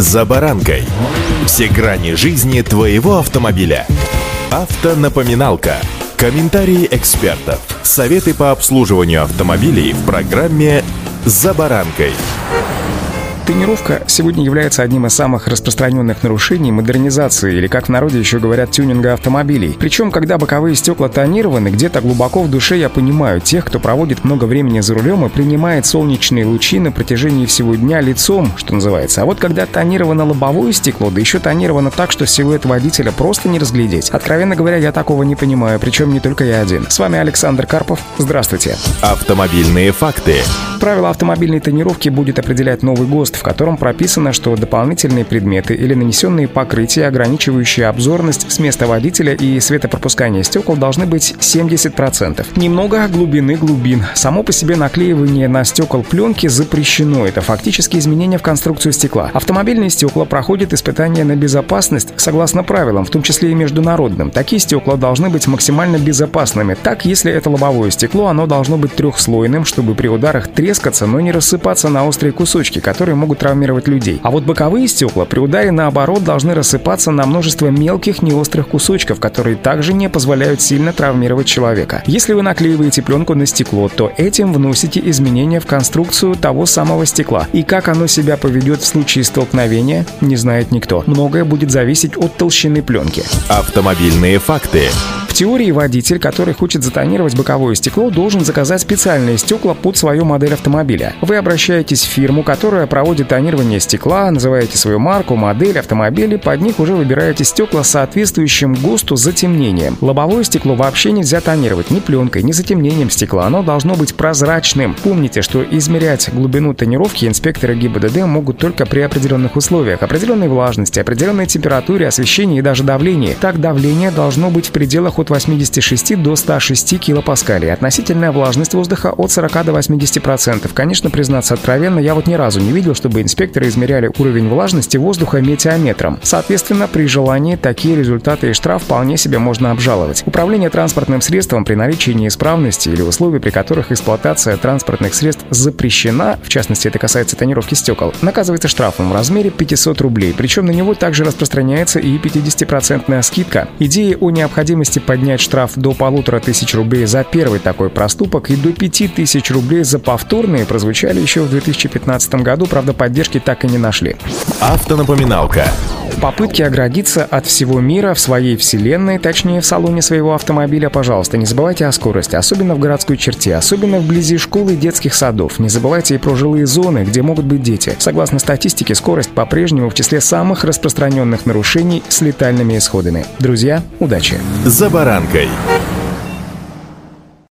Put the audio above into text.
«За баранкой». Все грани жизни твоего автомобиля. Автонапоминалка. Комментарии экспертов. Советы по обслуживанию автомобилей в программе «За баранкой». Тонировка сегодня является одним из самых распространенных нарушений модернизации, или, как в народе еще говорят, тюнинга автомобилей. Причем, когда боковые стекла тонированы, где-то глубоко в душе я понимаю тех, кто проводит много времени за рулем и принимает солнечные лучи на протяжении всего дня лицом, что называется. А вот когда тонировано лобовое стекло, да еще тонировано так, что силуэт водителя просто не разглядеть. Откровенно говоря, я такого не понимаю, причем не только я один. С вами Александр Карпов. Здравствуйте. Автомобильные факты. Правила автомобильной тонировки будет определять новый ГОСТ, в котором прописано, что дополнительные предметы или нанесенные покрытия, ограничивающие обзорность с места водителя и светопропускание стекол, должны быть 70%. Немного глубины глубин. Само по себе наклеивание на стекол пленки запрещено. Это фактически изменение в конструкцию стекла. Автомобильные стекла проходят испытания на безопасность согласно правилам, в том числе и международным. Такие стекла должны быть максимально безопасными. Так, если это лобовое стекло, оно должно быть трехслойным, чтобы при ударах трескаться, но не рассыпаться на острые кусочки, которые могут травмировать людей. А вот боковые стекла при ударе, наоборот, должны рассыпаться на множество мелких неострых кусочков, которые также не позволяют сильно травмировать человека. Если вы наклеиваете пленку на стекло, то этим вносите изменения в конструкцию того самого стекла. И как оно себя поведет в случае столкновения, не знает никто. Многое будет зависеть от толщины пленки. Автомобильные факты. В теории водитель, который хочет затонировать боковое стекло, должен заказать специальные стекла под свою модель автомобиля. Вы обращаетесь в фирму, которая проводит тонирование стекла, называете свою марку, модель автомобиля, под них уже выбираете стекла с соответствующим ГОСТу затемнением. Лобовое стекло вообще нельзя тонировать ни пленкой, ни затемнением стекла. Оно должно быть прозрачным. Помните, что измерять глубину тонировки инспекторы ГИБДД могут только при определенных условиях, определенной влажности, определенной температуре, освещении и даже давлении. Так, давление должно быть в пределах от 86 до 106 килопаскалей. Относительная влажность воздуха от 40 до 80%. Конечно, признаться откровенно, я вот ни разу не видел, чтобы инспекторы измеряли уровень влажности воздуха метеометром. Соответственно, при желании такие результаты и штраф вполне себе можно обжаловать. Управление транспортным средством при наличии неисправности или условий, при которых эксплуатация транспортных средств запрещена, в частности, это касается тонировки стекол, наказывается штрафом в размере 500 рублей. Причем на него также распространяется и 50% скидка. Идея о необходимости поднять штраф до 1500 рублей за первый такой проступок и до 5000 рублей за повторные прозвучали еще в 2015 году, правда, поддержки так и не нашли. Автонапоминалка. Попытки оградиться от всего мира в своей вселенной, точнее в салоне своего автомобиля, пожалуйста, не забывайте о скорости, особенно в городской черте, особенно вблизи школ и детских садов. Не забывайте и про жилые зоны, где могут быть дети. Согласно статистике, скорость по-прежнему в числе самых распространенных нарушений с летальными исходами. Друзья, удачи! «За баранкой».